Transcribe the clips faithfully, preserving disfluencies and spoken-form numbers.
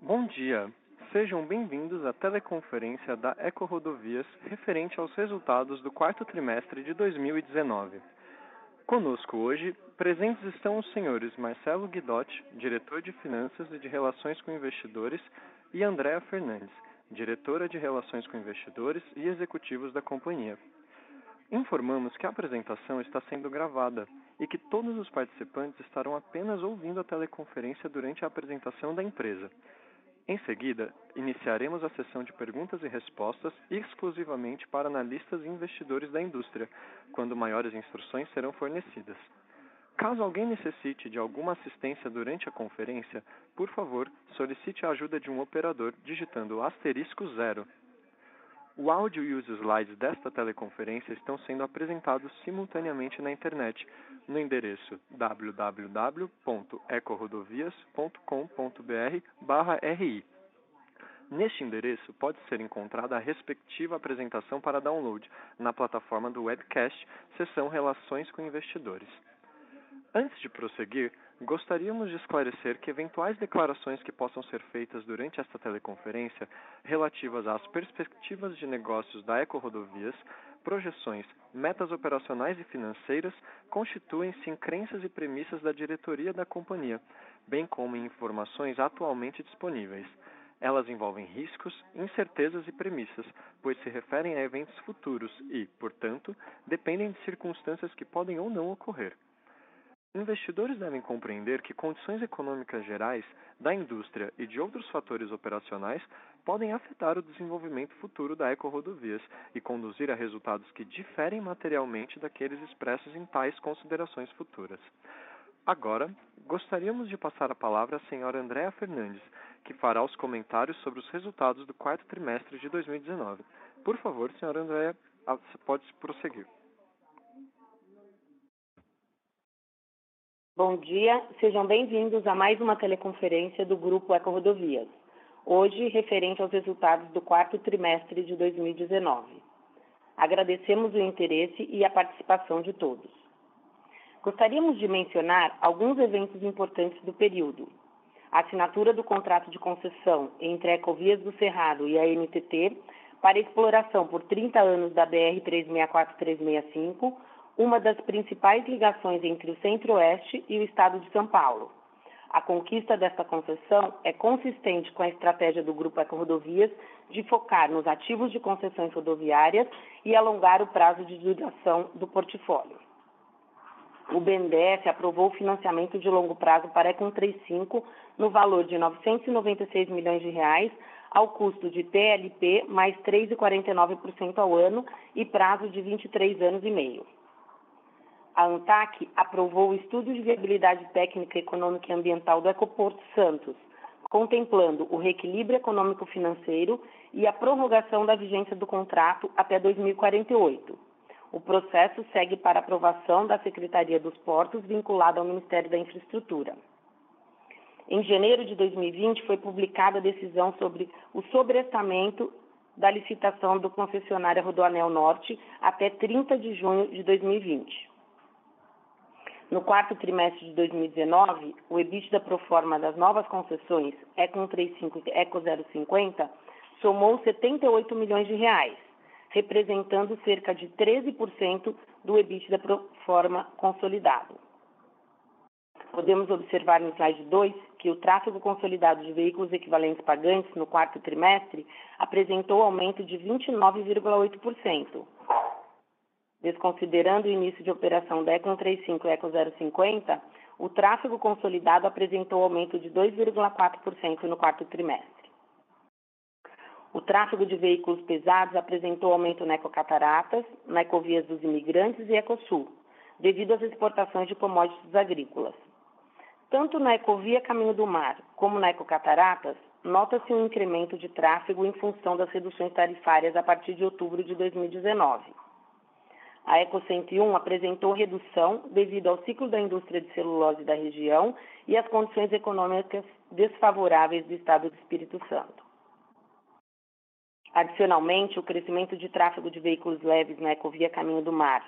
Bom dia, sejam bem-vindos à teleconferência da EcoRodovias referente aos resultados do quarto trimestre de dois mil e dezenove. Conosco hoje, presentes estão os senhores Marcelo Guidotti, diretor de Finanças e de Relações com Investidores, e Andréa Fernandes, diretora de Relações com Investidores e executivos da companhia. Informamos que a apresentação está sendo gravada e que todos os participantes estarão apenas ouvindo a teleconferência durante a apresentação da empresa. Em seguida, iniciaremos a sessão de perguntas e respostas exclusivamente para analistas e investidores da indústria, quando maiores instruções serão fornecidas. Caso alguém necessite de alguma assistência durante a conferência, por favor, solicite a ajuda de um operador digitando asterisco zero. O áudio e os slides desta teleconferência estão sendo apresentados simultaneamente na internet, no endereço w w w ponto ecorodovias ponto com ponto b r barra r i. Neste endereço pode ser encontrada a respectiva apresentação para download na plataforma do webcast, seção Relações com Investidores. Antes de prosseguir, gostaríamos de esclarecer que eventuais declarações que possam ser feitas durante esta teleconferência relativas às perspectivas de negócios da EcoRodovias, projeções, metas operacionais e financeiras constituem-se em crenças e premissas da diretoria da companhia, bem como em informações atualmente disponíveis. Elas envolvem riscos, incertezas e premissas, pois se referem a eventos futuros e, portanto, dependem de circunstâncias que podem ou não ocorrer. Investidores devem compreender que condições econômicas gerais, da indústria e de outros fatores operacionais podem afetar o desenvolvimento futuro da EcoRodovias e conduzir a resultados que diferem materialmente daqueles expressos em tais considerações futuras. Agora, gostaríamos de passar a palavra à senhora Andréa Fernandes, que fará os comentários sobre os resultados do quarto trimestre de dois mil e dezenove. Por favor, senhora Andréa, você pode prosseguir. Bom dia, sejam bem-vindos a mais uma teleconferência do Grupo EcoRodovias, hoje referente aos resultados do quarto trimestre de dois mil e dezenove. Agradecemos o interesse e a participação de todos. Gostaríamos de mencionar alguns eventos importantes do período. A assinatura do contrato de concessão entre a Ecovias do Cerrado e a N T T para exploração por trinta anos da B R três seis quatro três seis cinco, uma das principais ligações entre o Centro-Oeste e o Estado de São Paulo. A conquista desta concessão é consistente com a estratégia do Grupo EcoRodovias de focar nos ativos de concessões rodoviárias e alongar o prazo de duração do portfólio. O B N D E S aprovou o financiamento de longo prazo para a Econ trinta e cinco no valor de novecentos e noventa e seis milhões de reais, ao custo de T L P mais três vírgula quarenta e nove por cento ao ano e prazo de vinte e três anos e meio. A ANTAC aprovou o estudo de viabilidade técnica, econômica e ambiental do Ecoporto Santos, contemplando o reequilíbrio econômico-financeiro e a prorrogação da vigência do contrato até dois mil e quarenta e oito. O processo segue para aprovação da Secretaria dos Portos, vinculada ao Ministério da Infraestrutura. Em janeiro de dois mil e vinte, foi publicada a decisão sobre o sobrestamento da licitação do concessionário Rodoanel Norte até trinta de junho de dois mil e vinte. No quarto trimestre de dois mil e dezenove, o EBITDA pro forma das novas concessões Econ trinta e cinco e Eco zero cinquenta somou setenta e oito milhões de reais, representando cerca de treze por cento do EBITDA pro forma consolidado. Podemos observar no slide dois que o tráfego consolidado de veículos equivalentes pagantes no quarto trimestre apresentou aumento de vinte e nove vírgula oito por cento. Desconsiderando o início de operação da Econ trinta e cinco e Eco zero cinquenta, o tráfego consolidado apresentou aumento de dois vírgula quatro por cento no quarto trimestre. O tráfego de veículos pesados apresentou aumento na Ecocataratas, na Ecovias dos Imigrantes e Ecosul, devido às exportações de commodities agrícolas. Tanto na Ecovia Caminho do Mar como na Ecocataratas, nota-se um incremento de tráfego em função das reduções tarifárias a partir de outubro de dois mil e dezenove. A Eco cento e um apresentou redução devido ao ciclo da indústria de celulose da região e às condições econômicas desfavoráveis do Estado do Espírito Santo. Adicionalmente, o crescimento de tráfego de veículos leves na Ecovia Caminho do Mar,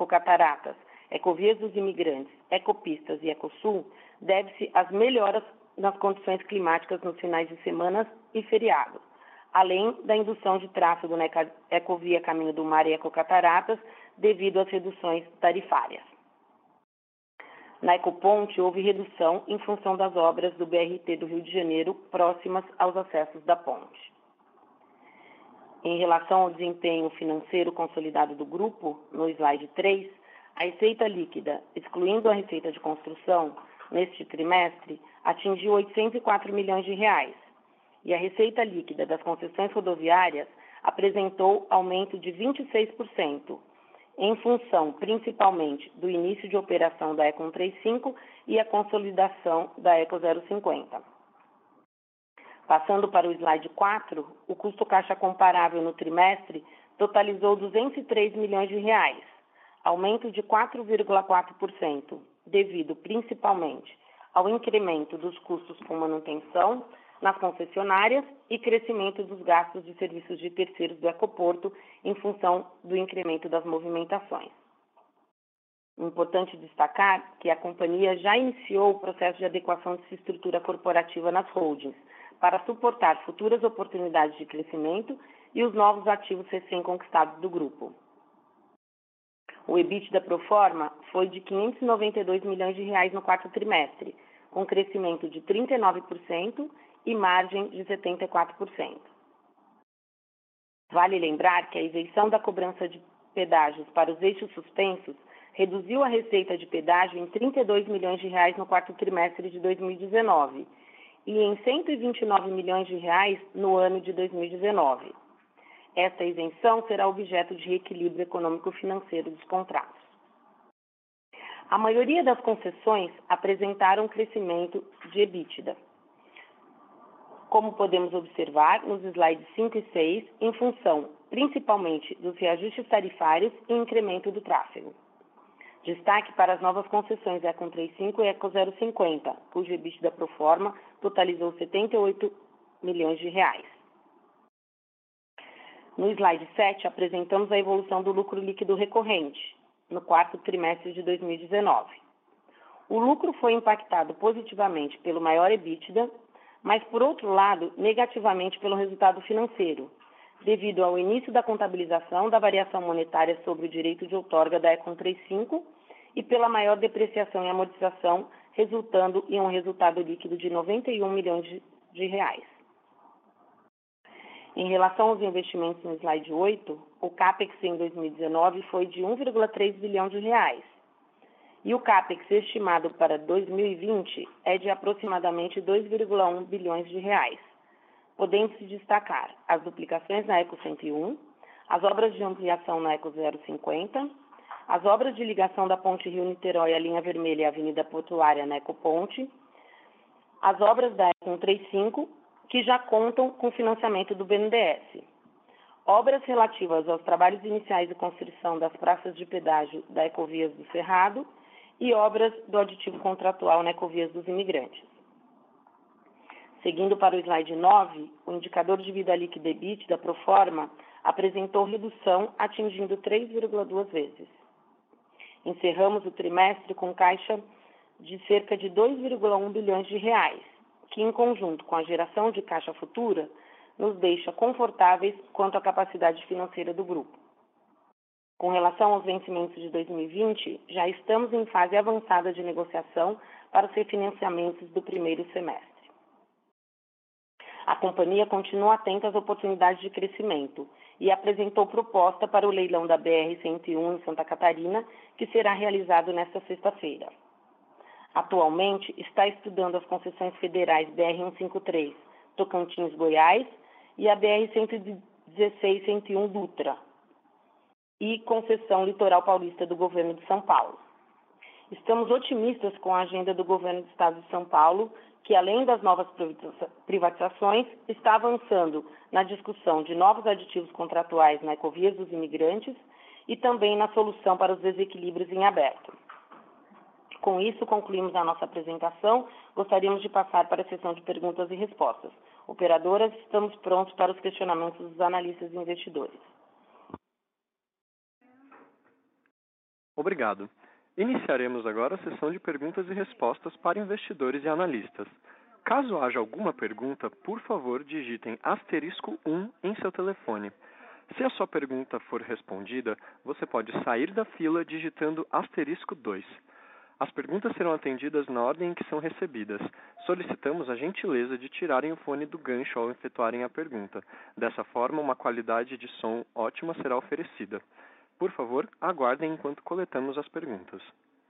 Ecocataratas, Ecovias dos Imigrantes, Ecopistas e Ecosul deve-se às melhoras nas condições climáticas nos finais de semana e feriados, além da indução de tráfego na Ecovia Caminho do Mar e Ecocataratas, devido às reduções tarifárias. Na Ecoponte, houve redução em função das obras do B R T do Rio de Janeiro próximas aos acessos da ponte. Em relação ao desempenho financeiro consolidado do grupo, no slide três, a receita líquida, excluindo a receita de construção, neste trimestre, atingiu oitocentos e quatro milhões de reais, e a receita líquida das concessões rodoviárias apresentou aumento de vinte e seis por cento, em função principalmente do início de operação da Econ trinta e cinco e a consolidação da Eco zero cinquenta. Passando para o slide quatro, o custo caixa comparável no trimestre totalizou duzentos e três milhões de reais, aumento de quatro vírgula quatro por cento, devido principalmente ao incremento dos custos com manutenção nas concessionárias e crescimento dos gastos de serviços de terceiros do Ecoporto em função do incremento das movimentações. Importante destacar que a companhia já iniciou o processo de adequação de sua estrutura corporativa nas holdings, para suportar futuras oportunidades de crescimento e os novos ativos recém-conquistados do grupo. O EBITDA pro forma foi de quinhentos e noventa e dois milhões de reais no quarto trimestre, com crescimento de trinta e nove por cento e margem de setenta e quatro por cento. Vale lembrar que a isenção da cobrança de pedágios para os eixos suspensos reduziu a receita de pedágio em trinta e dois milhões de reais no quarto trimestre de dois mil e dezenove e em cento e vinte e nove milhões de reais no ano de dois mil e dezenove. Esta isenção será objeto de reequilíbrio econômico-financeiro dos contratos. A maioria das concessões apresentaram um crescimento de EBITDA, como podemos observar nos slides cinco e seis, em função principalmente dos reajustes tarifários e incremento do tráfego. Destaque para as novas concessões Econ trinta e cinco e Eco zero cinquenta, cujo EBITDA pro forma totalizou setenta e oito milhões de reais. No slide sete, apresentamos a evolução do lucro líquido recorrente no quarto trimestre de dois mil e dezenove. O lucro foi impactado positivamente pelo maior EBITDA, mas, por outro lado, negativamente pelo resultado financeiro, devido ao início da contabilização da variação monetária sobre o direito de outorga da Econ trinta e cinco e pela maior depreciação e amortização, resultando em um resultado líquido de noventa e um milhões de reais. Em relação aos investimentos no slide oito, o CAPEX em dois mil e dezenove foi de um vírgula três bilhão de reais, e o CAPEX estimado para dois mil e vinte é de aproximadamente dois vírgula um bilhões de reais, podendo-se destacar as duplicações na Eco cento e um, as obras de ampliação na Eco zero cinquenta, as obras de ligação da Ponte Rio-Niterói à Linha Vermelha e à Avenida Portuária na Ecoponte, as obras da Econ trinta e cinco, que já contam com financiamento do B N D E S, obras relativas aos trabalhos iniciais de construção das praças de pedágio da Ecovias do Cerrado e obras do aditivo contratual na Ecovias dos Imigrantes. Seguindo para o slide nove, o indicador de vida líquida EBITDA pro forma apresentou redução atingindo três vírgula duas vezes. Encerramos o trimestre com caixa de cerca de dois vírgula um bilhões de reais, que em conjunto com a geração de caixa futura, nos deixa confortáveis quanto à capacidade financeira do grupo. Com relação aos vencimentos de dois mil e vinte, já estamos em fase avançada de negociação para os refinanciamentos do primeiro semestre. A companhia continua atenta às oportunidades de crescimento e apresentou proposta para o leilão da B R cento e um em Santa Catarina, que será realizado nesta sexta-feira. Atualmente, está estudando as concessões federais B R cento e cinquenta e três, Tocantins, Goiás, e a B R cento e dezesseis cento e um Dutra, e concessão litoral paulista do governo de São Paulo. Estamos otimistas com a agenda do governo do estado de São Paulo, que além das novas privatizações, está avançando na discussão de novos aditivos contratuais na Ecovias dos Imigrantes e também na solução para os desequilíbrios em aberto. Com isso, concluímos a nossa apresentação. Gostaríamos de passar para a sessão de perguntas e respostas. Operadoras, estamos prontos para os questionamentos dos analistas e investidores. Obrigado. Iniciaremos agora a sessão de perguntas e respostas para investidores e analistas. Caso haja alguma pergunta, por favor, digitem asterisco um em seu telefone. Se a sua pergunta for respondida, você pode sair da fila digitando asterisco dois. As perguntas serão atendidas na ordem em que são recebidas. Solicitamos a gentileza de tirarem o fone do gancho ao efetuarem a pergunta. Dessa forma, uma qualidade de som ótima será oferecida. Por favor, aguardem enquanto coletamos as perguntas.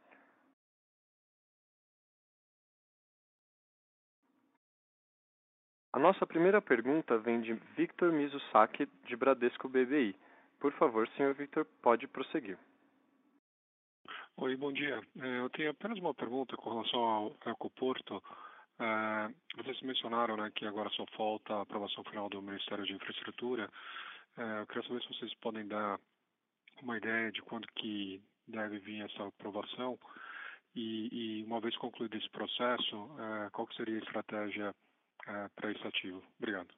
A nossa primeira pergunta vem de Victor Mizusaki, de Bradesco B B I. Por favor, senhor Victor, pode prosseguir. Oi, bom dia. Eu tenho apenas uma pergunta com relação ao Ecoporto. Vocês mencionaram, né, que agora só falta a aprovação final do Ministério de Infraestrutura. Eu queria saber se vocês podem dar uma ideia de quando que deve vir essa aprovação e, e uma vez concluído esse processo, qual que seria a estratégia para esse ativo? Obrigado.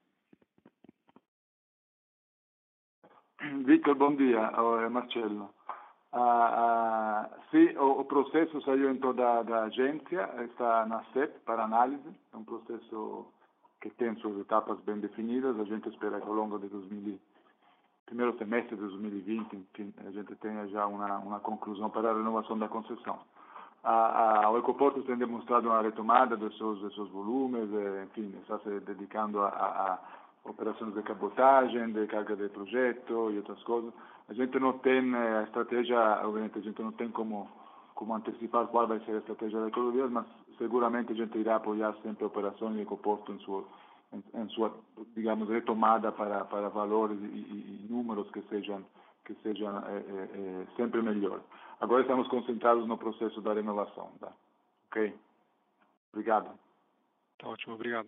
Victor, bom dia. É Marcelo. Ah, ah, sim, o, o processo saiu então da, da agência, está na S E P para análise, é um processo que tem suas etapas bem definidas, a gente espera que ao longo de dois mil, primeiro semestre de dois mil e vinte, enfim, a gente tenha já uma, uma conclusão para a renovação da concessão. Ah, ah, o Ecoporto tem demonstrado uma retomada dos seus, dos seus volumes, eh, enfim, está se dedicando a, a, a operações de cabotagem, de carga de projeto e outras coisas. A gente não tem a estratégia, obviamente a gente não tem como, como antecipar qual vai ser a estratégia da Ecovias, mas seguramente a gente irá apoiar sempre operações de Ecoporto em sua, em, em sua digamos, retomada para, para valores e, e, e números que sejam, que sejam é, é, sempre melhores. Agora estamos concentrados no processo da renovação. Tá? Ok? Obrigado. Tá ótimo, obrigado.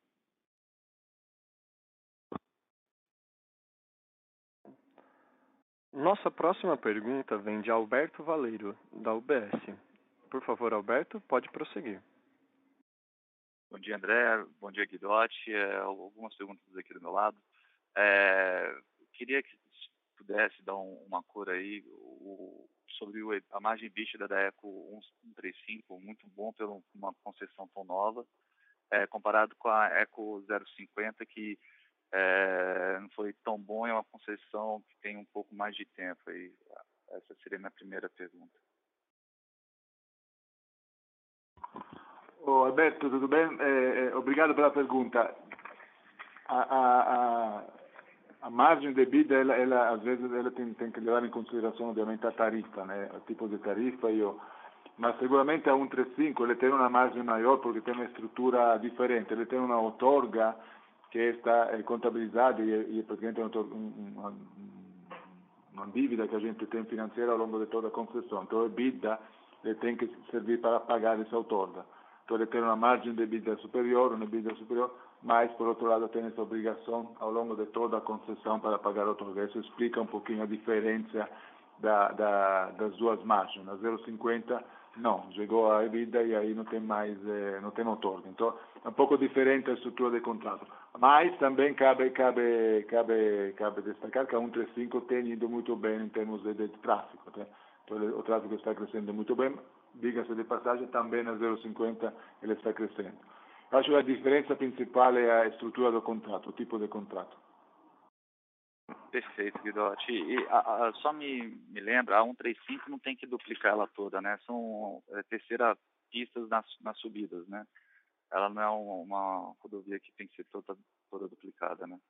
Nossa próxima pergunta vem de Alberto Valeiro, da U B S. Por favor, Alberto, pode prosseguir. Bom dia, André. Bom dia, Guidotti. É, algumas perguntas aqui do meu lado. É, queria que pudesse dar um, uma cor aí o, sobre o, a margem vista da Eco cento e trinta e cinco, muito bom por uma concessão tão nova, é, comparado com a Eco zero cinquenta, que É, não foi tão bom, é uma concessão que tem um pouco mais de tempo. Aí, essa seria a minha primeira pergunta. Oh, Alberto, tudo bem? Eh, obrigado pela pergunta. A, a, a, a margem de EBITDA, ela, ela, às vezes, ela tem, tem que levar em consideração, obviamente, a tarifa, né? O tipo de tarifa, io... mas seguramente a cento e trinta e cinco ele tem uma margem maior porque tem uma estrutura diferente, ele tem uma outorga que está eh, contabilizada e, e praticamente uma, uma dívida que a gente tem financeira ao longo de toda a concessão. Então, o EBITDA ele tem que servir para pagar essa outorga. Então, ele tem uma margem de EBITDA superior, uma EBITDA superior, mas, por outro lado, tem essa obrigação ao longo de toda a concessão para pagar a outorga. Isso explica um pouquinho a diferença da, da, das duas margens. Na zero vírgula cinquenta, não, chegou a EBITDA e aí não tem mais, eh, não tem outorga. Então, é um pouco diferente a estrutura do contrato. Mas também cabe, cabe, cabe, cabe destacar que a cento e trinta e cinco tem ido muito bem em termos de, de tráfego. Tá? Então, o tráfego está crescendo muito bem, diga-se de passagem, também na zero vírgula cinquenta ele está crescendo. Acho que a diferença principal é a estrutura do contrato, o tipo de contrato. Perfeito, Guidotti. E a, a, só me, me lembra, a cento e trinta e cinco não tem que duplicar ela toda, né? São é, terceira pistas nas, nas subidas, né? Ela não é uma, uma rodovia que tem que ser toda, toda duplicada, né?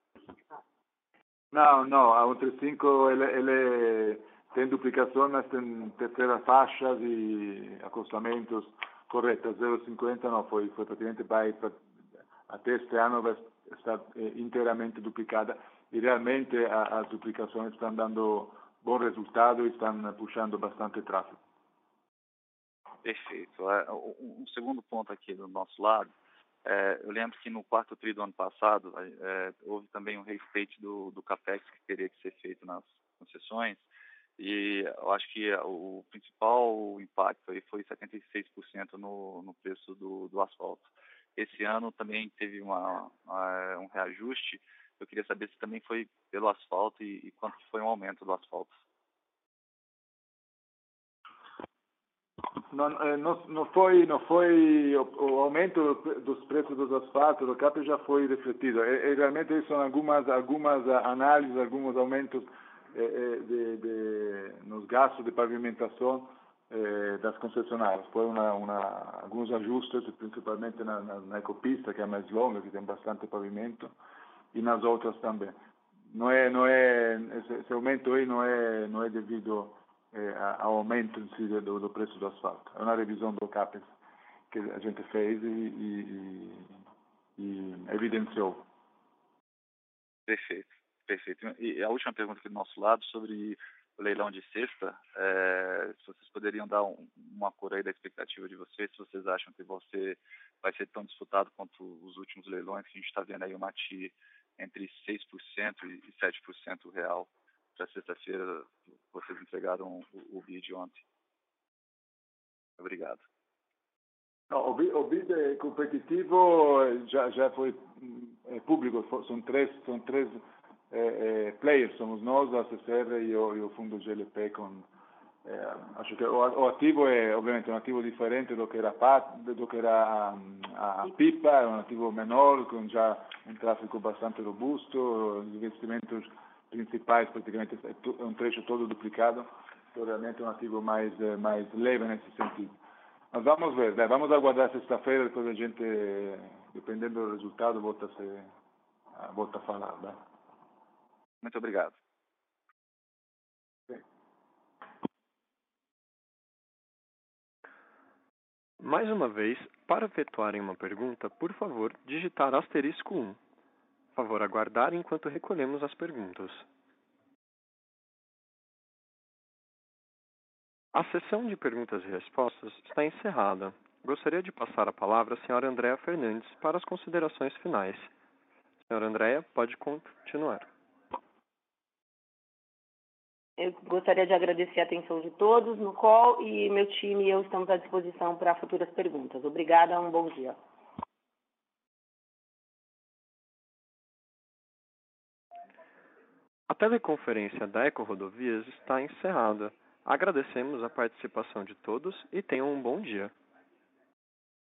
Não, não, a cento e trinta e cinco ele, ele tem duplicação, mas tem terceiras faixas e acostamentos corretos. zero vírgula cinquenta não, foi, foi praticamente vai, até este ano vai estar eh, inteiramente duplicada e realmente a, as duplicações estão dando bom resultado e estão puxando bastante tráfego. Perfeito. Um segundo ponto aqui do nosso lado, é, eu lembro que no quarto tri do ano passado é, houve também um restate do, do CAPEX que teria que ser feito nas concessões e eu acho que o principal impacto aí foi setenta e seis por cento no, no preço do, do asfalto. Esse ano também teve uma, uma, um reajuste. Eu queria saber se também foi pelo asfalto e, e quanto foi o aumento do asfalto. Não, não, não foi, não foi o, o aumento dos preços dos asfaltos, do C A P já foi refletido. E, e realmente são algumas, algumas análises, alguns aumentos eh, de, de, nos gastos de pavimentação eh, das concessionárias. Foi uma, uma, alguns ajustes, principalmente na, na, na ecopista, que é mais longa, que tem bastante pavimento, e nas outras também. Não é, não é, esse, esse aumento aí não é, não é devido eh, ao aumento em si do, do preço do asfalto. É uma revisão do CAPEX que a gente fez e, e, e evidenciou. Perfeito, perfeito. E a última pergunta aqui do nosso lado sobre o leilão de sexta, é, se vocês poderiam dar um, uma cor aí da expectativa de vocês, se vocês acham que você vai ser tão disputado quanto os últimos leilões, que a gente está vendo aí uma T I entre seis por cento e sete por cento real para sexta-feira. Vocês entregaram o, o bid ontem. Obrigado. No, o, bid, o bid é competitivo, já, já foi é público, são três, são três é, é, players, somos nós, a C C R e o, e o fundo G L P. Com, é, acho que o, o ativo é, obviamente, um ativo diferente do que era, do que era a, a PIPA, é um ativo menor, com já um tráfego bastante robusto, os investimentos principais praticamente é um trecho todo duplicado, então realmente é um ativo mais, mais leve nesse sentido. Mas vamos ver, né? Vamos aguardar sexta-feira, depois a gente, dependendo do resultado, volta a, ser, volta a falar. Né? Muito obrigado. Sim. Mais uma vez, para efetuarem uma pergunta, por favor, digitar asterisco um. Por favor, aguardar enquanto recolhemos as perguntas. A sessão de perguntas e respostas está encerrada. Gostaria de passar a palavra à senhora Andréa Fernandes para as considerações finais. Senhora Andréa, pode continuar. Eu gostaria de agradecer a atenção de todos no call e meu time e eu estamos à disposição para futuras perguntas. Obrigada, um bom dia. A teleconferência da EcoRodovias está encerrada. Agradecemos a participação de todos e tenham um bom dia.